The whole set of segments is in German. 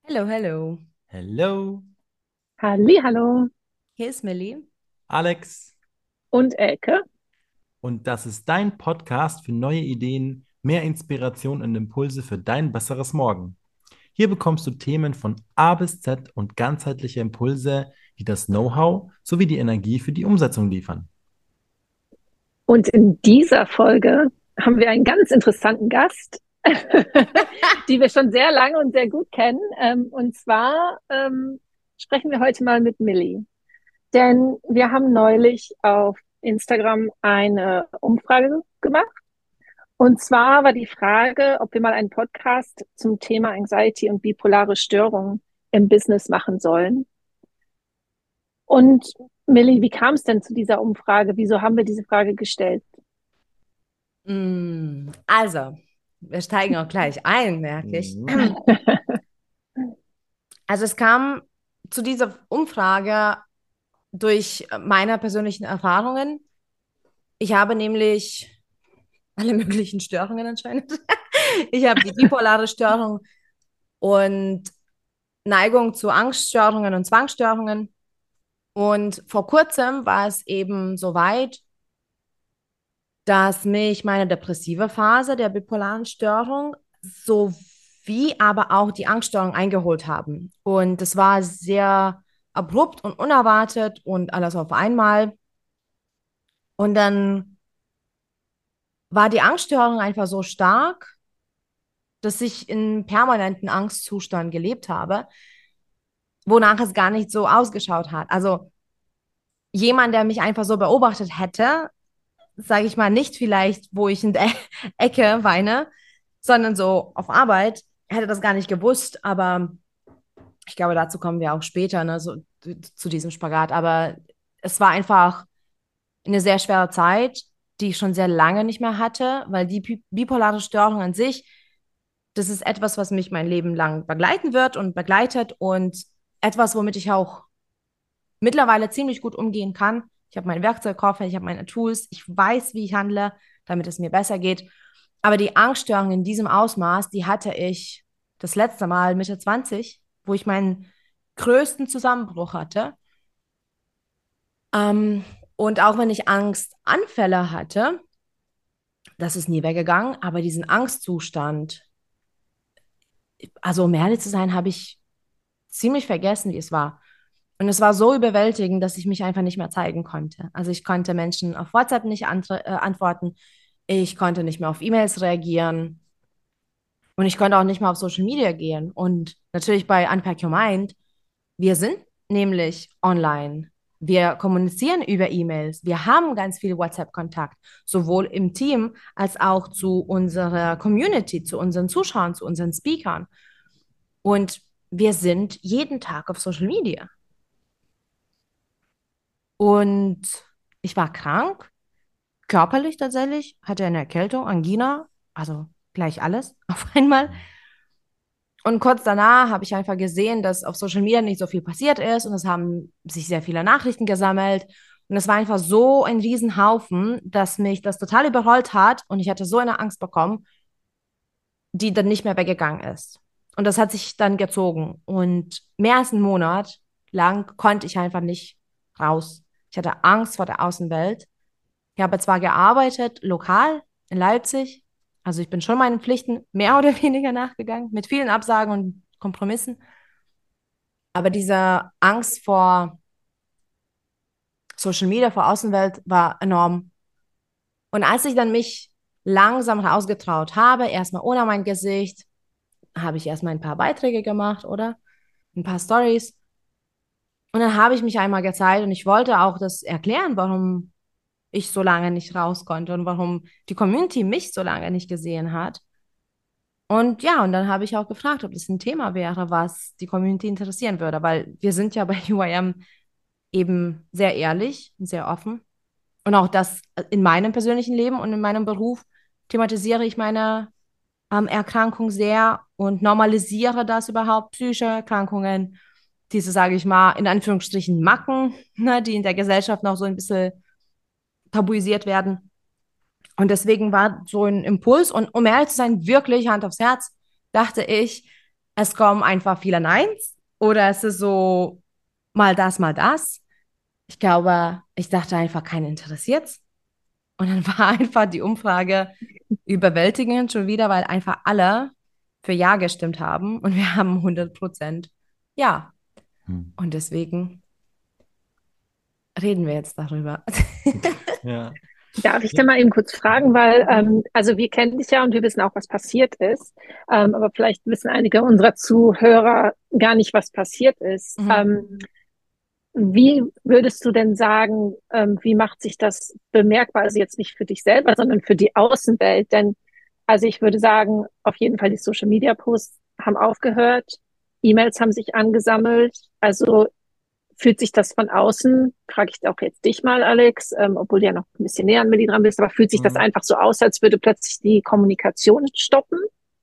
Hello, hello. Hello, Hallihallo. Hier ist Millie. Alex, Und Elke. und das ist dein Podcast für neue Ideen, mehr Inspiration und Impulse für dein besseres Morgen. Hier bekommst du Themen von A bis Z und ganzheitliche Impulse, die das Know-how sowie die Energie für die Umsetzung liefern. Und in dieser Folge haben wir einen ganz interessanten Gast, die wir schon sehr lange und sehr gut kennen. Und zwar sprechen wir heute mal mit Millie. Denn wir haben neulich auf Instagram eine Umfrage gemacht. Und zwar war die Frage, ob wir mal einen Podcast zum Thema Anxiety und bipolare Störungen im Business machen sollen. Und Millie, wie kam es denn zu dieser Umfrage? Wieso haben wir diese Frage gestellt? Also, wir steigen auch gleich ein, merke ich. Mhm. Also es kam zu dieser Umfrage durch meine persönlichen Erfahrungen. Ich habe nämlich alle möglichen Störungen anscheinend. Ich habe die bipolare Störung und Neigung zu Angststörungen und Zwangsstörungen. Und vor kurzem war es eben so weit, dass mich meine depressive Phase der bipolaren Störung sowie aber auch die Angststörung eingeholt haben. Und es war sehr abrupt und unerwartet und alles auf einmal. Und dann war die Angststörung einfach so stark, dass ich in permanenten Angstzustand gelebt habe, wonach es gar nicht so ausgeschaut hat. Also jemand, der mich einfach so beobachtet hätte, sage ich mal, nicht vielleicht, wo ich in der Ecke weine, sondern so auf Arbeit, hätte das gar nicht gewusst, aber ich glaube, dazu kommen wir auch später, ne, so zu diesem Spagat. Aber es war einfach eine sehr schwere Zeit, die ich schon sehr lange nicht mehr hatte, weil die bipolare Störung an sich, das ist etwas, was mich mein Leben lang begleiten wird und begleitet und etwas, womit ich auch mittlerweile ziemlich gut umgehen kann. Ich habe meinen Werkzeugkoffer, ich habe meine Tools, ich weiß, wie ich handle, damit es mir besser geht. Aber die Angststörung in diesem Ausmaß, die hatte ich das letzte Mal Mitte 20, wo ich meinen größten Zusammenbruch hatte. Ähm, und auch wenn ich Angstanfälle hatte, das ist nie weggegangen, aber diesen Angstzustand, also um ehrlich zu sein, habe ich ziemlich vergessen, wie es war. Und es war so überwältigend, dass ich mich einfach nicht mehr zeigen konnte. Also ich konnte Menschen auf WhatsApp nicht antworten, ich konnte nicht mehr auf E-Mails reagieren und ich konnte auch nicht mehr auf Social Media gehen. Und natürlich bei Unpack Your Mind, wir sind nämlich online. Wir kommunizieren über E-Mails. Wir haben ganz viel WhatsApp-Kontakt, sowohl im Team als auch zu unserer Community, zu unseren Zuschauern, zu unseren Speakern. Und wir sind jeden Tag auf Social Media. Und ich war krank, körperlich tatsächlich, hatte eine Erkältung, Angina, also gleich alles auf einmal. Und kurz danach habe ich einfach gesehen, dass auf Social Media nicht so viel passiert ist und es haben sich sehr viele Nachrichten gesammelt. Und es war einfach so ein Riesenhaufen, dass mich das total überrollt hat und ich hatte so eine Angst bekommen, die dann nicht mehr weggegangen ist. Und das hat sich dann gezogen. Und mehr als einen Monat lang konnte ich einfach nicht raus. Ich hatte Angst vor der Außenwelt. Ich habe zwar gearbeitet, lokal in Leipzig, also ich bin schon meinen Pflichten mehr oder weniger nachgegangen, mit vielen Absagen und Kompromissen, aber diese Angst vor Social Media, vor Außenwelt war enorm. Und als ich dann mich langsam rausgetraut habe, erstmal ohne mein Gesicht, habe ich erstmal ein paar Beiträge gemacht, oder? Ein paar Stories. Und dann habe ich mich einmal gezeigt und ich wollte auch das erklären, warum ich so lange nicht raus konnte und warum die Community mich so lange nicht gesehen hat. Und ja, und dann habe ich auch gefragt, ob das ein Thema wäre, was die Community interessieren würde, weil wir sind ja bei UIM eben sehr ehrlich und sehr offen. Und auch das in meinem persönlichen Leben und in meinem Beruf thematisiere ich meine Erkrankung sehr und normalisiere das überhaupt, psychische Erkrankungen, diese, sage ich mal, in Anführungsstrichen Macken, ne, die in der Gesellschaft noch so ein bisschen tabuisiert werden. Und deswegen war so ein Impuls und um ehrlich zu sein, wirklich Hand aufs Herz, dachte ich, es kommen einfach viele Neins oder ist es so mal das, mal das? Ich glaube, ich dachte einfach, keinen interessiert's. Und dann war einfach die Umfrage überwältigend schon wieder, weil einfach alle für Ja gestimmt haben und wir haben 100% Ja. Hm. Und deswegen reden wir jetzt darüber. Ja. Darf ich da mal eben kurz fragen, weil, also wir kennen dich ja und wir wissen auch, was passiert ist. Aber vielleicht wissen einige unserer Zuhörer gar nicht, was passiert ist. Mhm. Wie würdest du denn sagen, wie macht sich das bemerkbar? Also jetzt nicht für dich selber, sondern für die Außenwelt. Denn, also ich würde sagen, auf jeden Fall die Social Media Posts haben aufgehört. E-Mails haben sich angesammelt. Also fühlt sich das von außen, frage ich auch jetzt dich mal, Alex, obwohl du ja noch ein bisschen näher an Milli dran bist, aber fühlt sich das Mhm. einfach so aus, als würde plötzlich die Kommunikation stoppen?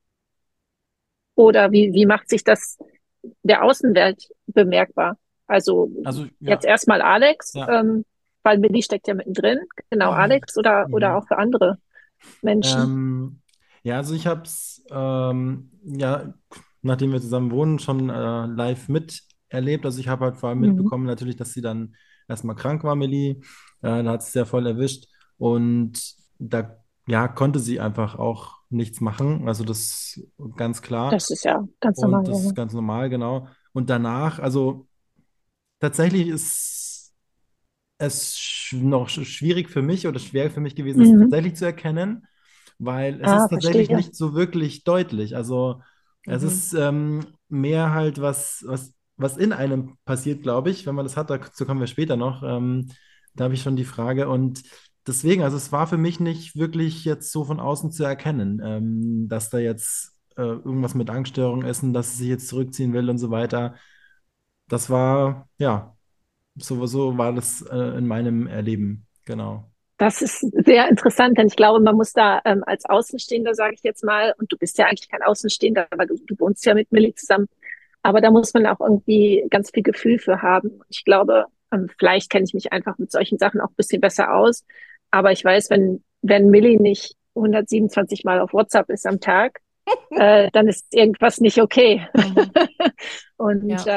Oder wie macht sich das der Außenwelt bemerkbar? Also Also, jetzt ja, erstmal Alex, ja. weil Milli steckt ja mittendrin, genau Alex oder Mhm. auch für andere Menschen. Ähm, ja, also ich habe es, ja, nachdem wir zusammen wohnen, schon live miterlebt. Also ich habe halt vor allem Mhm. mitbekommen natürlich, dass sie dann erstmal krank war, Millie. Da hat es sehr voll erwischt. Und da, ja, konnte sie einfach auch nichts machen. Also das ganz klar. Das ist ja ganz Und normal. das ist Ja. ganz normal, genau. Und danach, also tatsächlich ist es noch schwierig für mich oder schwer für mich gewesen, es Mhm. tatsächlich zu erkennen, weil es ist Ah, tatsächlich verstehe. nicht so wirklich deutlich. Also es Mhm. ist mehr halt was in einem passiert, glaube ich. Wenn man das hat, dazu kommen wir später noch. Da habe ich schon die Frage. Und deswegen, also es war für mich nicht wirklich jetzt so von außen zu erkennen, dass da jetzt irgendwas mit Angststörung ist und dass sie sich jetzt zurückziehen will und so weiter. Das war, ja. So war das in meinem Erleben, genau. Das ist sehr interessant, denn ich glaube, man muss da als Außenstehender, sage ich jetzt mal, und du bist ja eigentlich kein Außenstehender, aber du wohnst ja mit Millie zusammen, aber da muss man auch irgendwie ganz viel Gefühl für haben. Und ich glaube, vielleicht kenne ich mich einfach mit solchen Sachen auch ein bisschen besser aus, aber ich weiß, wenn Millie nicht 127 Mal auf WhatsApp ist am Tag, dann ist irgendwas nicht okay. Mhm. Und Ja.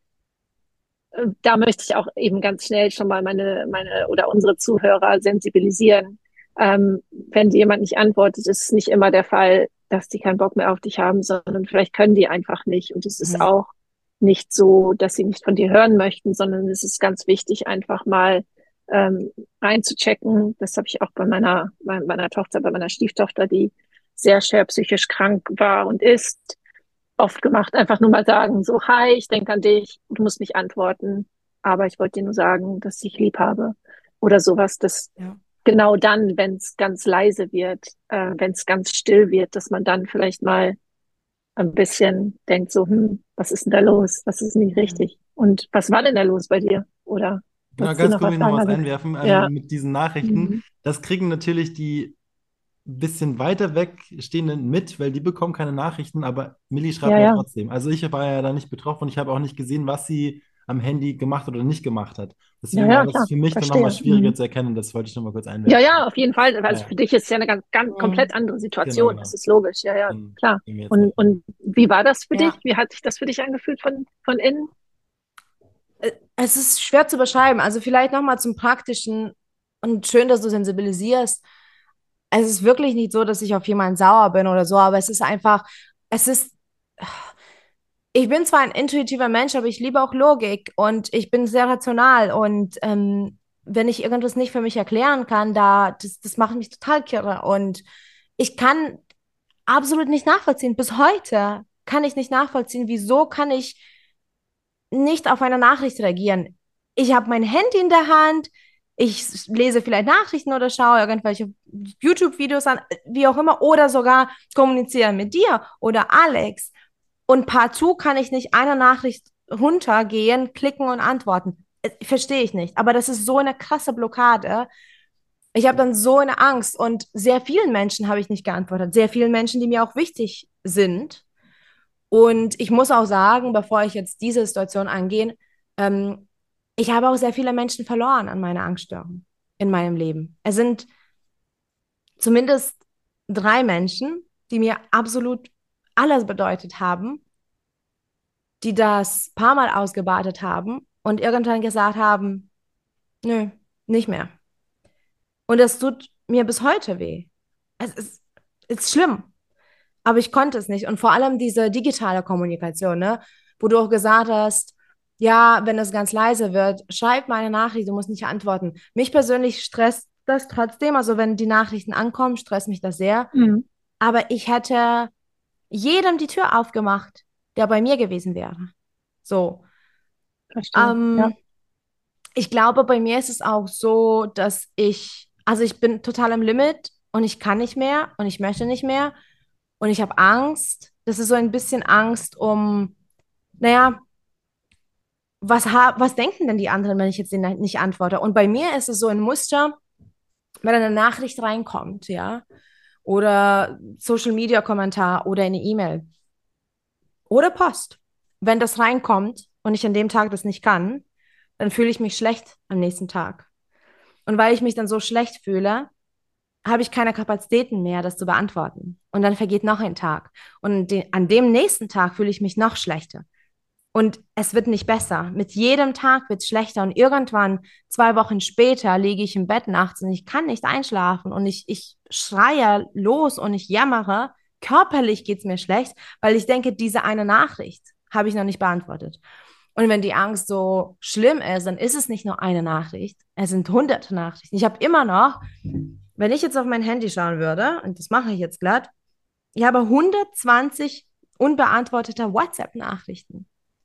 da möchte ich auch eben ganz schnell schon mal meine oder unsere Zuhörer sensibilisieren. Wenn dir jemand nicht antwortet, ist es nicht immer der Fall, dass die keinen Bock mehr auf dich haben, sondern vielleicht können die einfach nicht. Und es ist Mhm. auch nicht so, dass sie nicht von dir hören möchten, sondern es ist ganz wichtig, einfach mal reinzuchecken. Das habe ich auch bei meiner Tochter, bei meiner Stieftochter, die sehr schwer psychisch krank war und ist, oft gemacht. Einfach nur mal sagen, so, hi, ich denke an dich, du musst nicht antworten, aber ich wollte dir nur sagen, dass ich lieb habe. Oder sowas, dass Ja. genau dann, wenn es ganz leise wird, wenn es ganz still wird, dass man dann vielleicht mal ein bisschen denkt, so, was ist denn da los? Was ist nicht Mhm. richtig? Und was war denn da los bei dir? Oder Genau, willst du ganz noch kurz will was ich noch sagen, was Alex? einwerfen Ja. mit diesen Nachrichten. Mhm. Das kriegen natürlich die ein bisschen weiter weg stehenden mit, weil die bekommen keine Nachrichten, aber Millie schreibt Ja, mir ja. trotzdem. Also ich war ja da nicht betroffen und ich habe auch nicht gesehen, was sie am Handy gemacht oder nicht gemacht hat. Ja, Deswegen war ja, das klar. für mich dann nochmal Verstehe. schwieriger Mhm. zu erkennen. Das wollte ich nochmal kurz Ja, einwerfen. ja, auf jeden Fall. Ja, Also ja. für dich ist es ja eine ganz Mhm. komplett andere Genau, Situation. Das genau. ist logisch. Ja, ja, klar. Gehen wir jetzt Und, weiter. und wie war das für dich? Ja. Wie hat sich das für dich angefühlt von innen? Es ist schwer zu beschreiben. Also vielleicht nochmal zum Praktischen und schön, dass du sensibilisierst. Es ist wirklich nicht so, dass ich auf jemanden sauer bin oder so, aber es ist einfach, es ist, ich bin zwar ein intuitiver Mensch, aber ich liebe auch Logik und ich bin sehr rational und wenn ich irgendwas nicht für mich erklären kann, das macht mich total kirre und ich kann absolut nicht nachvollziehen. Bis heute kann ich nicht nachvollziehen, wieso kann ich nicht auf eine Nachricht reagieren. Ich habe mein Handy in der Hand, ich lese vielleicht Nachrichten oder schaue irgendwelche YouTube-Videos an, wie auch immer, oder sogar kommuniziere mit dir oder Alex. Und partout kann ich nicht einer Nachricht runtergehen, klicken und antworten. Verstehe ich nicht. Aber das ist so eine krasse Blockade. Ich habe dann so eine Angst und sehr vielen Menschen habe ich nicht geantwortet. Sehr vielen Menschen, die mir auch wichtig sind. Und ich muss auch sagen, bevor ich jetzt diese Situation angehe, ähm, ich habe auch sehr viele Menschen verloren an meiner Angststörung in meinem Leben. Es sind zumindest 3 Menschen, die mir absolut alles bedeutet haben. die das paar Mal ausgebadet haben und irgendwann gesagt haben, nö, nicht mehr. Und das tut mir bis heute weh. Es ist schlimm, aber ich konnte es nicht. Und vor allem diese digitale Kommunikation, ne? Wo du auch gesagt hast, ja, wenn es ganz leise wird, schreib mal eine Nachricht, du musst nicht antworten. Mich persönlich stresst das trotzdem, also wenn die Nachrichten ankommen, stresst mich das sehr. Mhm. Aber ich hätte jedem die Tür aufgemacht, der bei mir gewesen wäre. So. Verstehe. Ja. Ähm, Ich glaube, bei mir ist es auch so, also ich bin total am Limit und ich kann nicht mehr und ich möchte nicht mehr und ich habe Angst. Das ist so ein bisschen Angst um, naja, was denken denn die anderen, wenn ich jetzt denen nicht antworte? Und bei mir ist es so ein Muster, wenn eine Nachricht reinkommt, ja, oder Social Media Kommentar oder eine E-Mail oder Post. Wenn das reinkommt und ich an dem Tag das nicht kann, dann fühle ich mich schlecht am nächsten Tag. Und weil ich mich dann so schlecht fühle, habe ich keine Kapazitäten mehr, das zu beantworten. Und dann vergeht noch ein Tag. Und an dem nächsten Tag fühle ich mich noch schlechter. Und es wird nicht besser. Mit jedem Tag wird es schlechter. Und irgendwann, 2 Wochen später, liege ich im Bett nachts und ich kann nicht einschlafen. Und ich schreie los und ich jammere. Körperlich geht es mir schlecht, weil ich denke, diese eine Nachricht habe ich noch nicht beantwortet. Und wenn die Angst so schlimm ist, dann ist es nicht nur eine Nachricht, es sind hunderte Nachrichten. Ich habe immer noch, wenn ich jetzt auf mein Handy schauen würde, und das mache ich jetzt glatt, ich habe 120 unbeantwortete WhatsApp-Nachrichten.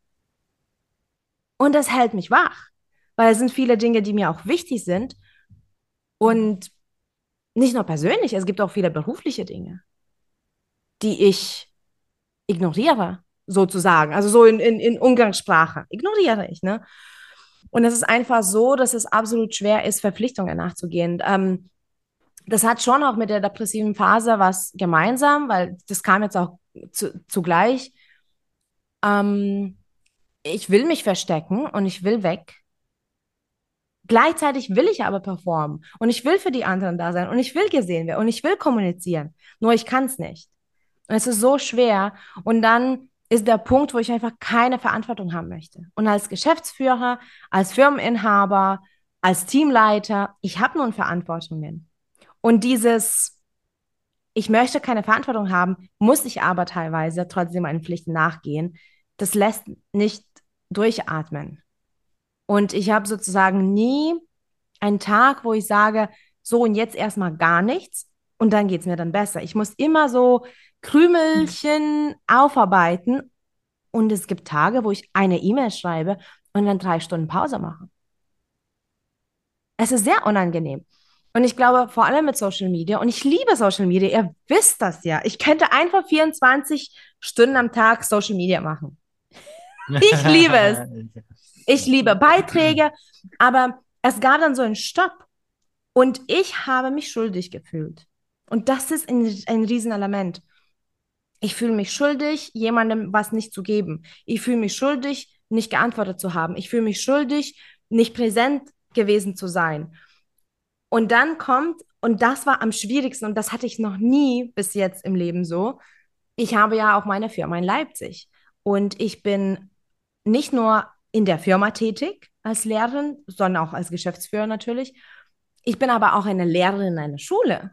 Und das hält mich wach, weil es sind viele Dinge, die mir auch wichtig sind. Und nicht nur persönlich, es gibt auch viele berufliche Dinge, die ich ignoriere, sozusagen. Also so in Umgangssprache ignoriere ich, ne? Und es ist einfach so, dass es absolut schwer ist, Verpflichtungen nachzugehen. Das hat schon auch mit der depressiven Phase was gemeinsam, weil das kam jetzt auch zugleich. Ähm, Ich will mich verstecken und ich will weg. Gleichzeitig will ich aber performen und ich will für die anderen da sein und ich will gesehen werden und ich will kommunizieren. Nur ich kann es nicht. Und es ist so schwer. Und dann ist der Punkt, wo ich einfach keine Verantwortung haben möchte. Und als Geschäftsführer, als Firmeninhaber, als Teamleiter, ich habe nun Verantwortungen. Und ich möchte keine Verantwortung haben, muss ich aber teilweise trotzdem meinen Pflichten nachgehen. Das lässt nicht durchatmen. Und ich habe sozusagen nie einen Tag, wo ich sage, so und jetzt erstmal gar nichts und dann geht es mir dann besser. Ich muss immer so Krümelchen aufarbeiten und es gibt Tage, wo ich eine E-Mail schreibe und dann 3 Stunden Pause mache. Es ist sehr unangenehm. Und ich glaube, vor allem mit Social Media, und ich liebe Social Media, ihr wisst das ja. Ich könnte einfach 24 Stunden am Tag Social Media machen. Ich liebe es. Ich liebe Beiträge, aber es gab dann so einen Stopp und ich habe mich schuldig gefühlt. Und das ist ein Riesenelement. Ich fühle mich schuldig, jemandem was nicht zu geben. Ich fühle mich schuldig, nicht geantwortet zu haben. Ich fühle mich schuldig, nicht präsent gewesen zu sein. Und dann kommt, und das war am schwierigsten, und das hatte ich noch nie bis jetzt im Leben so, ich habe ja auch meine Firma in Leipzig. Und ich bin nicht nur in der Firma tätig als Lehrerin, sondern auch als Geschäftsführer natürlich. Ich bin aber auch eine Lehrerin in einer Schule.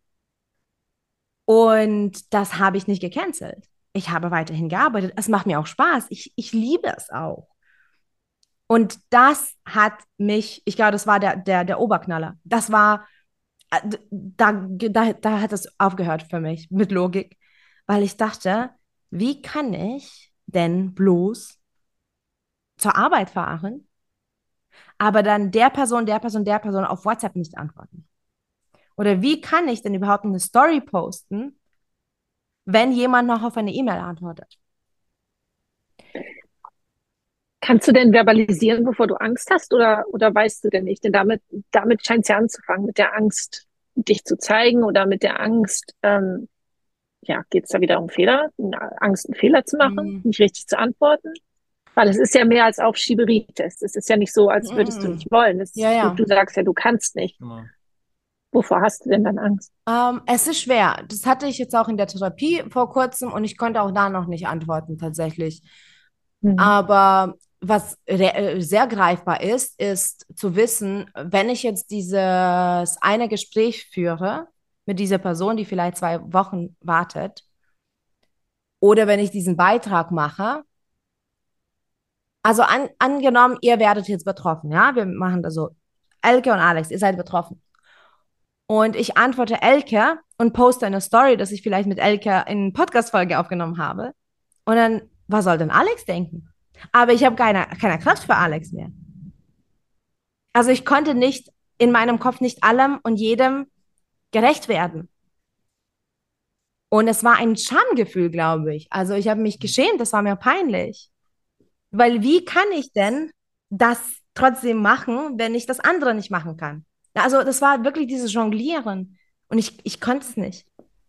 Und das habe ich nicht gecancelt. Ich habe weiterhin gearbeitet. Es macht mir auch Spaß. Ich liebe es auch. Und das hat mich, ich glaube, das war der Oberknaller. Das war, da hat es aufgehört für mich mit Logik, weil ich dachte, wie kann ich denn bloß zur Arbeit fahren, aber dann der Person auf WhatsApp nicht antworten? Oder wie kann ich denn überhaupt eine Story posten, wenn jemand noch auf eine E-Mail antwortet? Kannst du denn verbalisieren, wovor du Angst hast, oder weißt du denn nicht? Denn damit scheint es ja anzufangen, mit der Angst, dich zu zeigen oder mit der Angst, ja, geht es da wieder um Fehler, Angst, einen Fehler zu machen, Mm, nicht richtig zu antworten? Weil es ist ja mehr als Aufschieberitis. Es ist ja nicht so, als würdest du mm. nicht wollen. Ja, Du ja. sagst ja, du kannst nicht. Genau. Wovor hast du denn dann Angst? Es ist schwer. Das hatte ich jetzt auch in der Therapie vor kurzem und ich konnte auch da noch nicht antworten, tatsächlich. Mhm. Aber was sehr greifbar ist zu wissen, wenn ich jetzt dieses eine Gespräch führe mit dieser Person, die vielleicht 2 Wochen wartet, oder wenn ich diesen Beitrag mache, also angenommen, ihr werdet jetzt betroffen, ja, wir machen das so, Elke und Alex, ihr seid betroffen. Und ich antworte Elke und poste eine Story, dass ich vielleicht mit Elke eine Podcast-Folge aufgenommen habe. Und dann, was soll denn Alex denken? Aber ich habe keine Kraft für Alex mehr. Also ich konnte nicht in meinem Kopf nicht allem und jedem gerecht werden. Und es war ein Schamgefühl, glaube ich. Also ich habe mich geschämt, das war mir peinlich. Weil wie kann ich denn das trotzdem machen, wenn ich das andere nicht machen kann? Also das war wirklich dieses Jonglieren. Und ich konnte es nicht.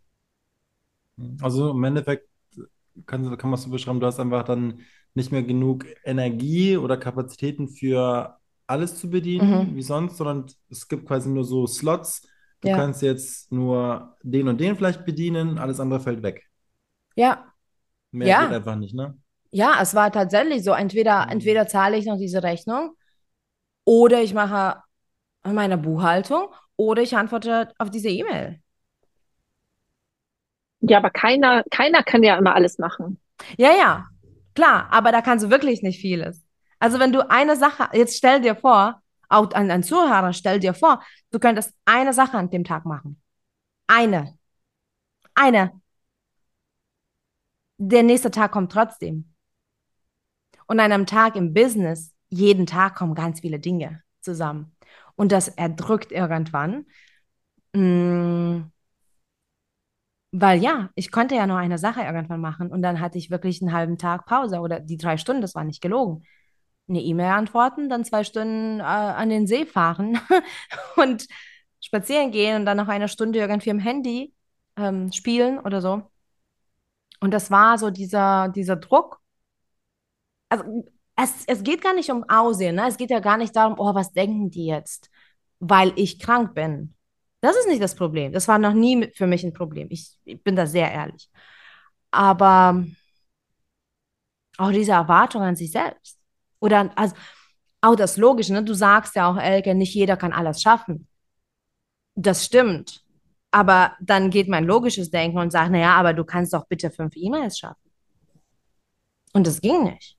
Also im Endeffekt kann man es so beschreiben, du hast einfach dann nicht mehr genug Energie oder Kapazitäten für alles zu bedienen, Mhm. wie sonst, sondern es gibt quasi nur so Slots. Du Ja, kannst jetzt nur den und den vielleicht bedienen, alles andere fällt weg. ja, Mehr geht ja, einfach nicht, ne? ja, es war tatsächlich so. Mhm. Entweder zahle ich noch diese Rechnung oder ich mache meine Buchhaltung oder ich antworte auf diese E-Mail. Ja, aber keiner kann ja immer alles machen. Ja, ja, klar, aber da kannst du wirklich nicht vieles. Also wenn du eine Sache, jetzt stell dir vor, auch an Zuhörer, stell dir vor, du könntest eine Sache an dem Tag machen. Eine. Eine. Der nächste Tag kommt trotzdem. Und an einem Tag im Business, jeden Tag kommen ganz viele Dinge zusammen. Und das erdrückt irgendwann. Mm, weil ja, ich konnte ja nur eine Sache irgendwann machen und dann hatte ich wirklich einen halben Tag Pause oder die 3 Stunden, das war nicht gelogen. Eine E-Mail antworten, dann 2 Stunden an den See fahren und spazieren gehen und dann noch eine Stunde irgendwie im Handy spielen oder so. Und das war so dieser Druck. Also es geht gar nicht um Aussehen, ne? Es geht ja gar nicht darum, oh, was denken die jetzt, weil ich krank bin. Das ist nicht das Problem. Das war noch nie für mich ein Problem. Ich bin da sehr ehrlich. Aber auch diese Erwartung an sich selbst. Oder also, auch das Logische, ne? Du sagst ja auch, Elke, nicht jeder kann alles schaffen. Das stimmt. Aber dann geht mein logisches Denken und sagt, naja, aber du kannst doch bitte 5 E-Mails schaffen. Und das ging nicht.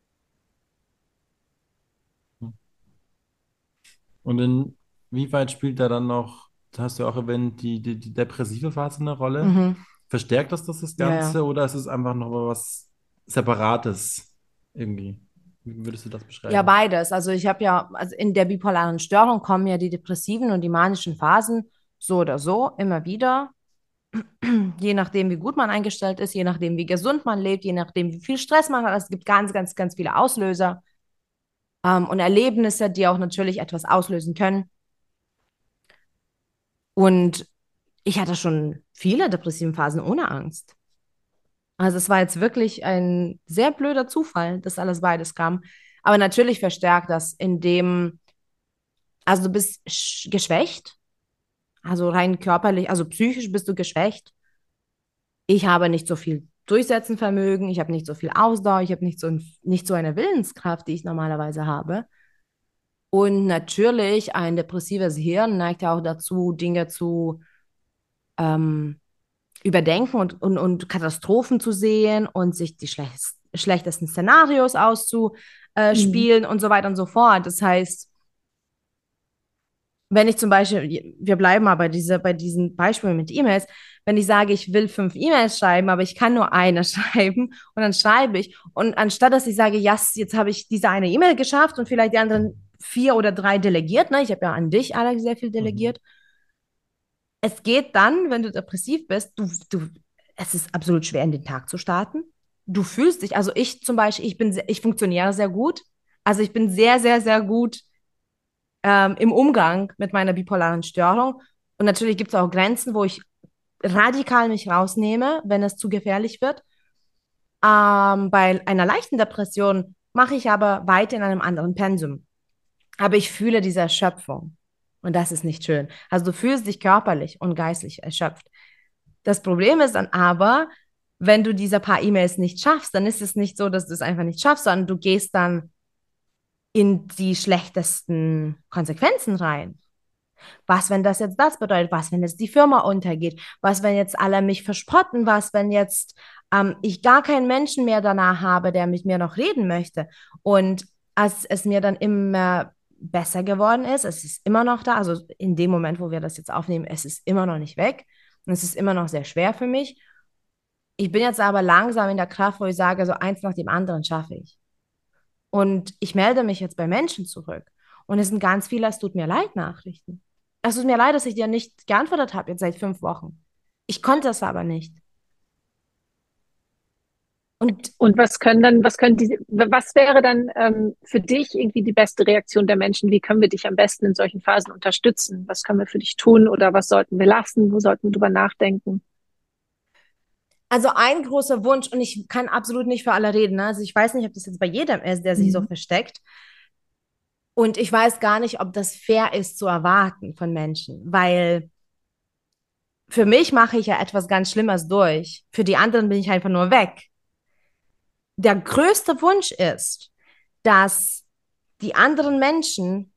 Und inwieweit spielt da dann noch, das hast du ja auch erwähnt, die depressive Phase eine Rolle? Mhm. Verstärkt das Ja, ja. Ganze oder ist es einfach noch mal was Separates irgendwie? Wie würdest du das Ja, beschreiben? beides. Also ich habe ja, also in der bipolaren Störung kommen ja die depressiven und die manischen Phasen so oder so immer wieder, je nachdem, wie gut man eingestellt ist, je nachdem, wie gesund man lebt, je nachdem, wie viel Stress man hat. Es gibt ganz viele Auslöser und Erlebnisse, die auch natürlich etwas auslösen können. Und ich hatte schon viele depressive Phasen ohne Angst. Also es war jetzt wirklich ein sehr blöder Zufall, dass alles beides kam. Aber natürlich verstärkt das, indem, also du bist geschwächt. Also rein körperlich, also psychisch bist du geschwächt. Ich habe nicht so viel Durchsetzenvermögen, ich habe nicht so viel Ausdauer, ich habe nicht so eine Willenskraft, die ich normalerweise habe. Und natürlich, ein depressives Hirn neigt ja auch dazu, Dinge zu ähm, überdenken und Katastrophen zu sehen und sich die schlechtesten Szenarios Mhm. auszuspielen und so weiter und so fort. Das heißt, wenn ich zum Beispiel, wir bleiben mal bei diesen Beispielen mit E-Mails, wenn ich sage, ich will 5 E-Mails schreiben, aber ich kann nur eine schreiben und dann schreibe ich und anstatt dass ich sage, yes, jetzt habe ich diese eine E-Mail geschafft und vielleicht die anderen 4 oder 3 delegiert, ne? Ich habe ja an dich, Alex, sehr viel Mhm. delegiert. Es geht dann, wenn du depressiv bist, es ist absolut schwer, in den Tag zu starten. Du fühlst dich, also ich zum Beispiel, ich funktioniere sehr gut. Also ich bin sehr gut im Umgang mit meiner bipolaren Störung. Und natürlich gibt es auch Grenzen, wo ich radikal mich rausnehme, wenn es zu gefährlich wird. Bei einer leichten Depression mache ich aber weiter in einem anderen Pensum. Aber ich fühle diese Erschöpfung. Und das ist nicht schön. Also du fühlst dich körperlich und geistlich erschöpft. Das Problem ist dann aber, wenn du diese paar E-Mails nicht schaffst, dann ist es nicht so, dass du es einfach nicht schaffst, sondern du gehst dann in die schlechtesten Konsequenzen rein. Was, wenn das jetzt das bedeutet? Was, wenn jetzt die Firma untergeht? Was, wenn jetzt alle mich verspotten? Was, wenn jetzt ich gar keinen Menschen mehr danach habe, der mit mir noch reden möchte? Und als es mir dann immer besser geworden ist, es ist immer noch da, also in dem Moment, wo wir das jetzt aufnehmen, es ist immer noch nicht weg und es ist immer noch sehr schwer für mich. Ich bin jetzt aber langsam in der Kraft, wo ich sage, so eins nach dem anderen schaffe ich. Und ich melde mich jetzt bei Menschen zurück. Und es sind ganz viele, es tut mir leid, Nachrichten. Es tut mir leid, dass ich dir nicht geantwortet habe, jetzt seit 5 Wochen. Ich konnte es aber nicht. Und Und was wäre dann für dich irgendwie die beste Reaktion der Menschen? Wie können wir dich am besten in solchen Phasen unterstützen? Was können wir für dich tun oder was sollten wir lassen? Wo sollten wir drüber nachdenken? also ein großer Wunsch, und ich kann absolut nicht für alle reden, ne? Also ich weiß nicht, ob das jetzt bei jedem ist, der sich so Mhm. versteckt. Und ich weiß gar nicht, ob das fair ist zu erwarten von Menschen, weil für mich mache ich ja etwas ganz Schlimmes durch. Für die anderen bin ich einfach nur weg. Der größte Wunsch ist, dass die anderen Menschen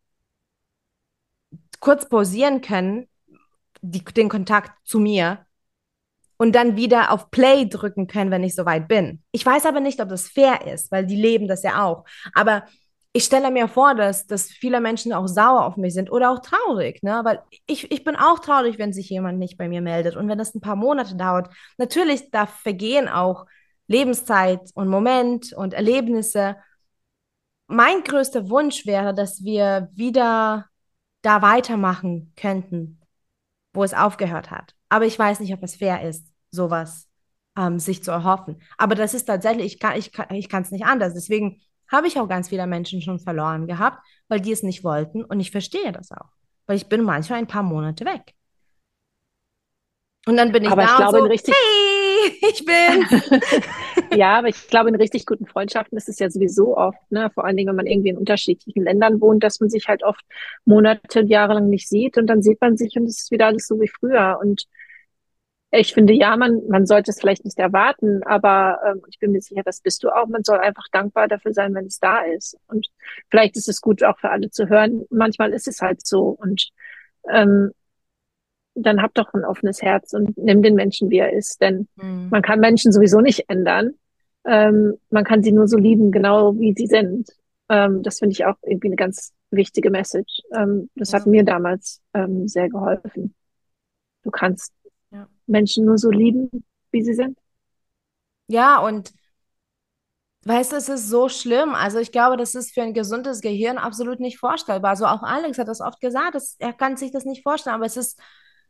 kurz pausieren können, den Kontakt zu mir und dann wieder auf Play drücken können, wenn ich soweit bin. Ich weiß aber nicht, ob das fair ist, weil die leben das ja auch. Aber ich stelle mir vor, dass viele Menschen auch sauer auf mich sind oder auch traurig, ne? Weil ich bin auch traurig, wenn sich jemand nicht bei mir meldet. Und wenn das ein paar Monate dauert, natürlich, da vergehen auch Lebenszeit und Moment und Erlebnisse. Mein größter Wunsch wäre, dass wir wieder da weitermachen könnten, wo es aufgehört hat. Aber ich weiß nicht, ob es fair ist, sowas sich zu erhoffen. Aber das ist tatsächlich, ich kann es nicht anders. Deswegen habe ich auch ganz viele Menschen schon verloren gehabt, weil die es nicht wollten. Und ich verstehe das auch. Weil ich bin manchmal ein paar Monate weg. Und dann bin ich Aber ich da und glaube, so, hey, ich bin's. ja, aber ich glaube, in richtig guten Freundschaften ist es ja sowieso oft, ne, vor allen Dingen, wenn man irgendwie in unterschiedlichen Ländern wohnt, dass man sich halt oft Monate, Jahre lang nicht sieht und dann sieht man sich und es ist wieder alles so wie früher. Und ich finde, ja, man sollte es vielleicht nicht erwarten, aber ich bin mir sicher, das bist du auch. Man soll einfach dankbar dafür sein, wenn es da ist. Und vielleicht ist es gut auch für alle zu hören. Manchmal ist es halt so. Und ähm, dann hab doch ein offenes Herz und nimm den Menschen, wie er ist. Denn Hm. man kann Menschen sowieso nicht ändern. Man kann sie nur so lieben, genau wie sie sind. Das finde ich auch irgendwie eine ganz wichtige Message. Das hat Ja, mir damals sehr geholfen. Du kannst ja. Menschen nur so lieben, wie sie sind. Ja, und weißt du, es ist so schlimm. Also ich glaube, das ist für ein gesundes Gehirn absolut nicht vorstellbar. Also auch Alex hat das oft gesagt, er kann sich das nicht vorstellen, aber es ist,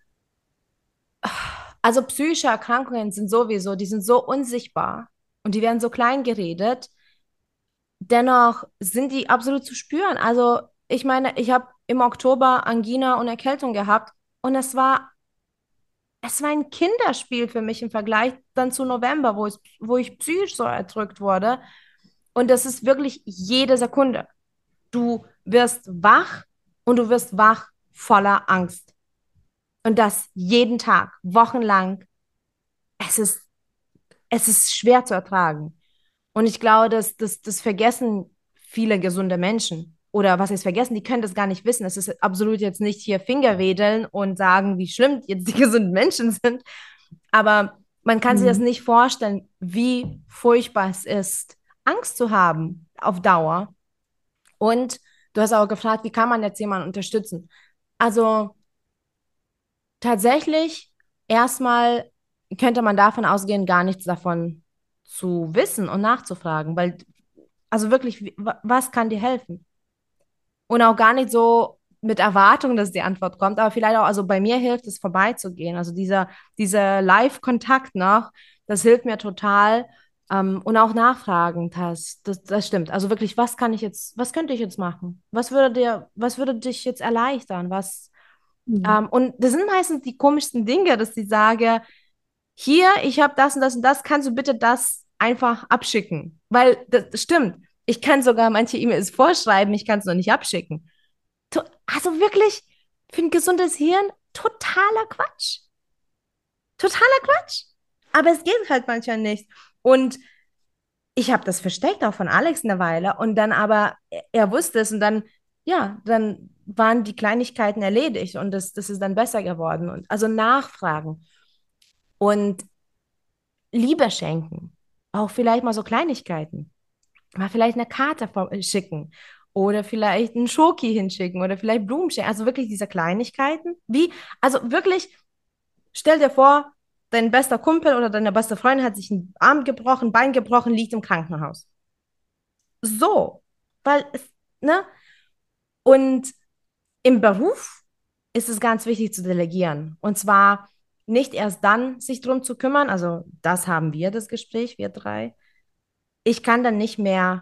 also psychische Erkrankungen sind sowieso, die sind so unsichtbar und die werden so klein geredet. Dennoch sind die absolut zu spüren. Also ich meine, ich habe im Oktober Angina und Erkältung gehabt und es war ein Kinderspiel für mich im Vergleich dann zu November, wo ich psychisch so erdrückt wurde. Und das ist wirklich jede Sekunde. Du wirst wach und du wirst wach voller Angst. Und das jeden Tag, wochenlang. Es ist, es ist schwer zu ertragen. Und ich glaube, das vergessen viele gesunde Menschen. Oder was heißt vergessen? Die können das gar nicht wissen. Es ist absolut jetzt nicht hier Fingerwedeln und sagen, wie schlimm jetzt die gesunden Menschen sind. Aber man kann sich das Mhm. nicht vorstellen, wie furchtbar es ist, Angst zu haben auf Dauer. Und du hast auch gefragt, wie kann man jetzt jemanden unterstützen? Also tatsächlich, erstmal könnte man davon ausgehen, gar nichts davon zu wissen und nachzufragen, weil, also wirklich, was kann dir helfen? Und auch gar nicht so mit Erwartung, dass die Antwort kommt, aber vielleicht auch, also bei mir hilft es vorbeizugehen. Also dieser Live-Kontakt noch, das hilft mir total. Und auch nachfragen, das stimmt. Also wirklich, was könnte ich jetzt machen? Was würde dich jetzt erleichtern? Mhm. Und das sind meistens die komischsten Dinge, dass ich sage, hier, ich habe das und das und das, kannst du bitte das einfach abschicken? Weil das stimmt. Ich kann sogar manche E-Mails vorschreiben, ich kann es noch nicht abschicken. Also wirklich, für ein gesundes Hirn, totaler Quatsch. Totaler Quatsch. Aber es geht halt manchmal nicht. Und ich habe das versteckt, auch von Alex eine Weile. Und dann aber, er wusste es und dann, ja, dann waren die Kleinigkeiten erledigt und das ist dann besser geworden. Und also nachfragen und Liebe schenken. Auch vielleicht mal so Kleinigkeiten. Mal vielleicht eine Karte schicken oder vielleicht einen Schoki hinschicken oder vielleicht Blumen schenken. Also wirklich diese Kleinigkeiten. Wie, also wirklich, stell dir vor, dein bester Kumpel oder deine beste Freundin hat sich einen Arm gebrochen, Bein gebrochen, liegt im Krankenhaus. So, weil es, ne? Und im Beruf ist es ganz wichtig zu delegieren. Und zwar nicht erst dann sich drum zu kümmern, also das haben wir, das Gespräch, wir drei. Ich kann dann nicht mehr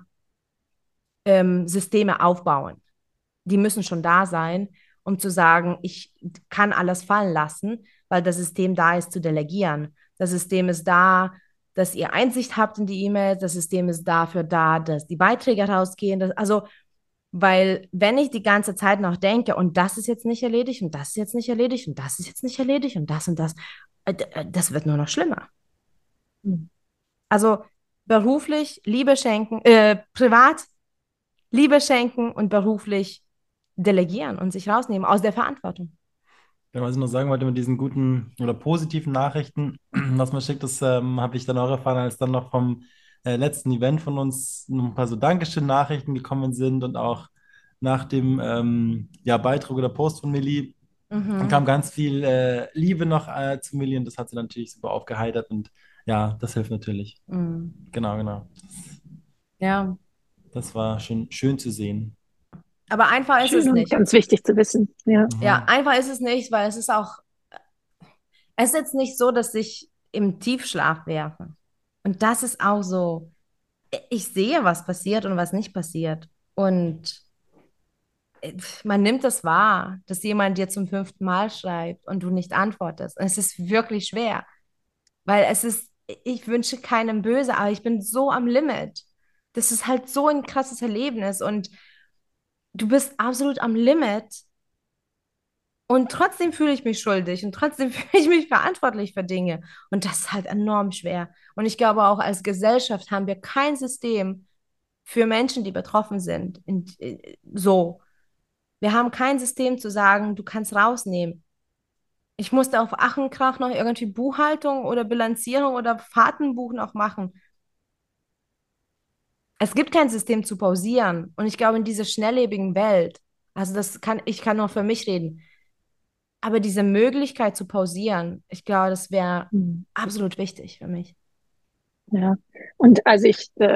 Systeme aufbauen. Die müssen schon da sein, um zu sagen, ich kann alles fallen lassen, weil das System da ist zu delegieren. Das System ist da, dass ihr Einsicht habt in die E-Mails. Das System ist dafür da, dass die Beiträge rausgehen. Also, weil wenn ich die ganze Zeit noch denke, und das ist jetzt nicht erledigt und das ist jetzt nicht erledigt und das ist jetzt nicht erledigt und das, das wird nur noch schlimmer. Mhm. Also beruflich Liebe schenken, privat Liebe schenken und beruflich delegieren und sich rausnehmen aus der Verantwortung. Ja, was ich noch sagen wollte mit diesen guten oder positiven Nachrichten, was man schickt, das habe ich dann auch erfahren, als dann noch vom letzten Event von uns noch ein paar so Dankeschön-Nachrichten gekommen sind und auch nach dem ja, Beitrag oder Post von Millie dann kam Mhm. ganz viel Liebe noch zu Millie und das hat sie natürlich super aufgeheitert und ja, das hilft natürlich. Mhm. Genau, genau. Ja, Das war schön, schön zu sehen. aber einfach ist Schön es und nicht. ganz wichtig zu wissen. Ja. Ja, Mhm. einfach ist es nicht, weil es ist auch, es ist jetzt nicht so, dass ich im Tiefschlaf wäre. Und das ist auch so, ich sehe, was passiert und was nicht passiert. Und man nimmt das wahr, dass jemand dir zum 5. Mal schreibt und du nicht antwortest. Und es ist wirklich schwer, weil es ist, ich wünsche keinem böse, aber ich bin so am Limit. Das ist halt so ein krasses Erlebnis und du bist absolut am Limit und trotzdem fühle ich mich schuldig und trotzdem fühle ich mich verantwortlich für Dinge. Und das ist halt enorm schwer. Und ich glaube auch als Gesellschaft haben wir kein System für Menschen, die betroffen sind. So. Wir haben kein System zu sagen, du kannst rausnehmen. Ich musste auf Ach und Krach noch irgendwie Buchhaltung oder Bilanzierung oder Fahrtenbuch noch machen. Es gibt kein System zu pausieren. Und ich glaube, in dieser schnelllebigen Welt, also ich kann nur für mich reden, aber diese Möglichkeit zu pausieren, ich glaube, das wäre Mhm. absolut wichtig für mich. Ja. Und also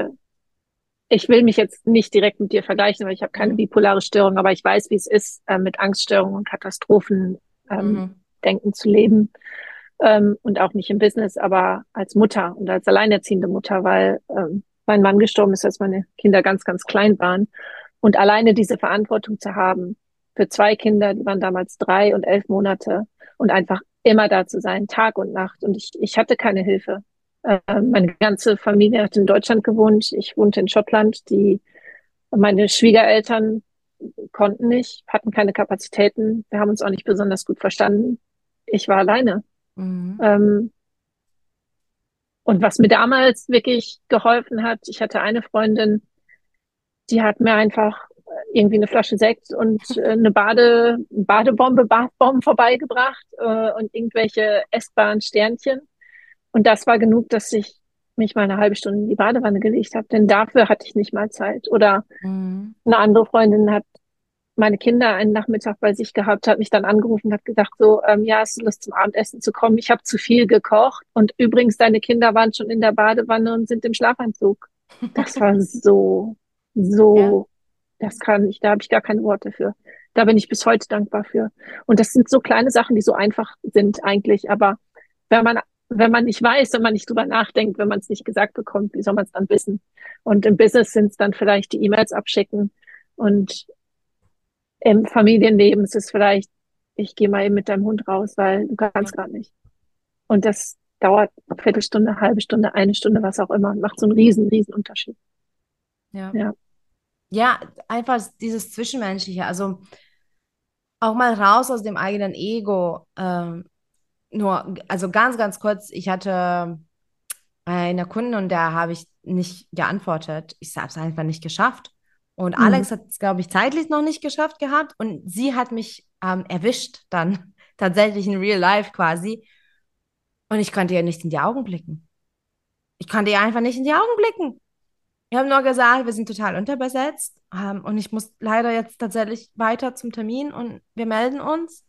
ich will mich jetzt nicht direkt mit dir vergleichen, weil ich habe keine Mhm. bipolare Störung, aber ich weiß, wie es ist, mit Angststörungen und Katastrophen Mhm. denken zu leben. Und auch nicht im Business, aber als Mutter und als alleinerziehende Mutter, weil mein Mann gestorben ist, als meine Kinder ganz, ganz klein waren. Und alleine diese Verantwortung zu haben für zwei Kinder, die waren damals 3 und 11 Monate und einfach immer da zu sein, Tag und Nacht. Und ich hatte keine Hilfe. Meine ganze Familie hat in Deutschland gewohnt. Ich wohnte in Schottland. Meine Schwiegereltern konnten nicht, hatten keine Kapazitäten. Wir haben uns auch nicht besonders gut verstanden. Ich war alleine. Mhm. Ähm, und was mir damals wirklich geholfen hat, ich hatte eine Freundin, die hat mir einfach irgendwie eine Flasche Sekt und eine Badebombe, Bathbomben vorbeigebracht und irgendwelche essbaren Sternchen. Und das war genug, dass ich mich mal eine halbe Stunde in die Badewanne gelegt habe, denn dafür hatte ich nicht mal Zeit. Oder Mhm. eine andere Freundin hat meine Kinder einen Nachmittag bei sich gehabt, hat mich dann angerufen, hat gesagt so, ja, hast du Lust zum Abendessen zu kommen? Ich habe zu viel gekocht und übrigens, deine Kinder waren schon in der Badewanne und sind im Schlafanzug. Das war so, Ja. so, da habe ich gar keine Worte für. Da bin ich bis heute dankbar für. Und das sind so kleine Sachen, die so einfach sind eigentlich, aber wenn man wenn man nicht weiß, wenn man nicht drüber nachdenkt, wenn man es nicht gesagt bekommt, wie soll man es dann wissen? Und im Business sind es dann vielleicht die E-Mails abschicken und im Familienleben ist es vielleicht, ich gehe mal eben mit deinem Hund raus, weil du Ja. kannst gerade nicht. Und das dauert eine Viertelstunde, eine halbe Stunde, eine Stunde, was auch immer. Und macht so einen riesen Unterschied. Ja. Ja. Ja, einfach dieses Zwischenmenschliche, also auch mal raus aus dem eigenen Ego. nur, also ganz, ganz kurz, ich hatte einer Kundin und da habe ich nicht geantwortet. Ich habe es einfach nicht geschafft. Und Mhm. Alex hat es, glaube ich, zeitlich noch nicht geschafft gehabt. Und sie hat mich erwischt dann tatsächlich in Real Life quasi. Und ich konnte ihr nicht in die Augen blicken. Ich konnte ihr einfach nicht in die Augen blicken. Ich habe nur gesagt, wir sind total unterbesetzt. Und ich muss leider jetzt tatsächlich weiter zum Termin und wir melden uns.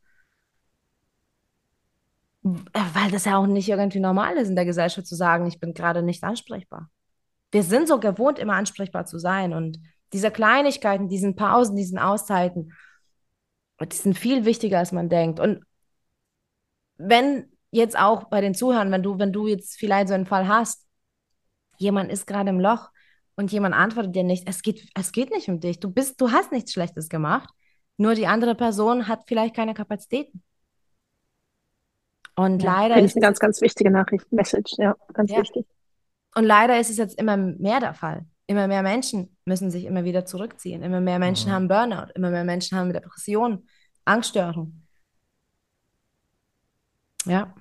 Weil das ja auch nicht irgendwie normal ist in der Gesellschaft zu sagen, ich bin gerade nicht ansprechbar. Wir sind so gewohnt, immer ansprechbar zu sein. Und diese Kleinigkeiten, diesen Pausen, diesen Auszeiten, die sind viel wichtiger, als man denkt. Und wenn jetzt auch bei den Zuhörern, wenn du jetzt vielleicht so einen Fall hast, jemand ist gerade im Loch und jemand antwortet dir nicht, es geht nicht um dich. Du hast nichts Schlechtes gemacht. Nur die andere Person hat vielleicht keine Kapazitäten. Und Ja, leider finde ich ist eine es ganz, jetzt, ganz wichtige Nachricht, Message, ja, ganz ja, wichtig. und leider ist es jetzt immer mehr der Fall. Immer mehr Menschen müssen sich immer wieder zurückziehen. Immer mehr Menschen Mhm. haben Burnout. Immer mehr Menschen haben Depressionen, Angststörungen. Ja.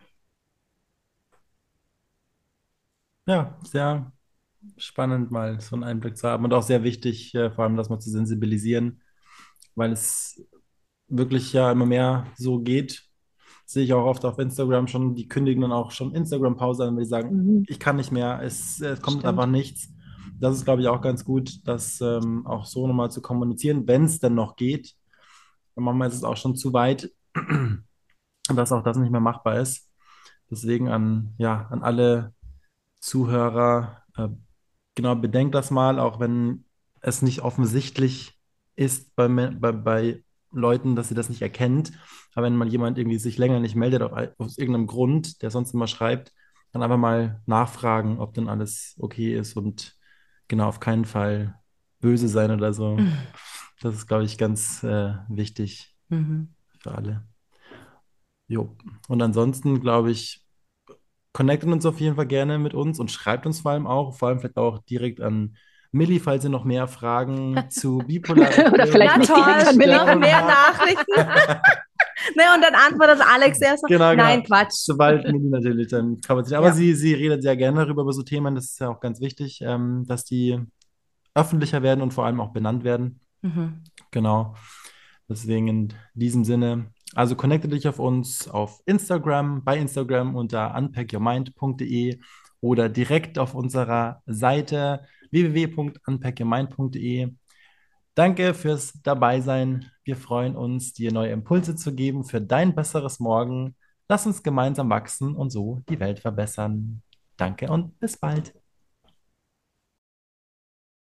Ja, sehr spannend, mal so einen Einblick zu haben und auch sehr wichtig, vor allem das mal zu sensibilisieren, weil es wirklich ja immer mehr so geht. Sehe ich auch oft auf Instagram schon, die kündigen dann auch schon Instagram-Pause an, weil die sagen, Mhm. ich kann nicht mehr, es kommt einfach Stimmt. nichts. Das ist, glaube ich, auch ganz gut, das auch so nochmal zu kommunizieren, wenn es denn noch geht. Und manchmal ist es auch schon zu weit, dass auch das nicht mehr machbar ist. Deswegen an alle Zuhörer, genau, bedenkt das mal, auch wenn es nicht offensichtlich ist bei Leuten, dass sie das nicht erkennt. Aber wenn mal jemand irgendwie sich länger nicht meldet, aus irgendeinem Grund, der sonst immer schreibt, dann einfach mal nachfragen, ob denn alles okay ist und genau auf keinen Fall böse sein oder so. Das ist, glaube ich, ganz wichtig Mhm. für alle. Jo. Und ansonsten, glaube ich, connectet uns auf jeden Fall gerne mit uns und schreibt uns vor allem vielleicht auch direkt an Milli, falls ihr noch mehr Fragen zu Oder Bipolarität vielleicht Na oder nicht direkt toll, an Millie. noch Essstörungen mehr habt. Nachrichten. Ne, und dann antwortet Alex erst so, Genau, genau. nein, Quatsch. Sobald Milli natürlich, dann kann man sich. Aber Ja. sie redet sehr gerne darüber, über so Themen. Das ist ja auch ganz wichtig, dass die öffentlicher werden und vor allem auch benannt werden. Mhm. Genau. Deswegen in diesem Sinne, also connecte dich auf uns auf Instagram, bei Instagram unter unpackyourmind.de oder direkt auf unserer Seite www.unpackyourmind.de. Danke fürs Dabeisein. Wir freuen uns, dir neue Impulse zu geben für dein besseres Morgen. Lass uns gemeinsam wachsen und so die Welt verbessern. Danke und bis bald.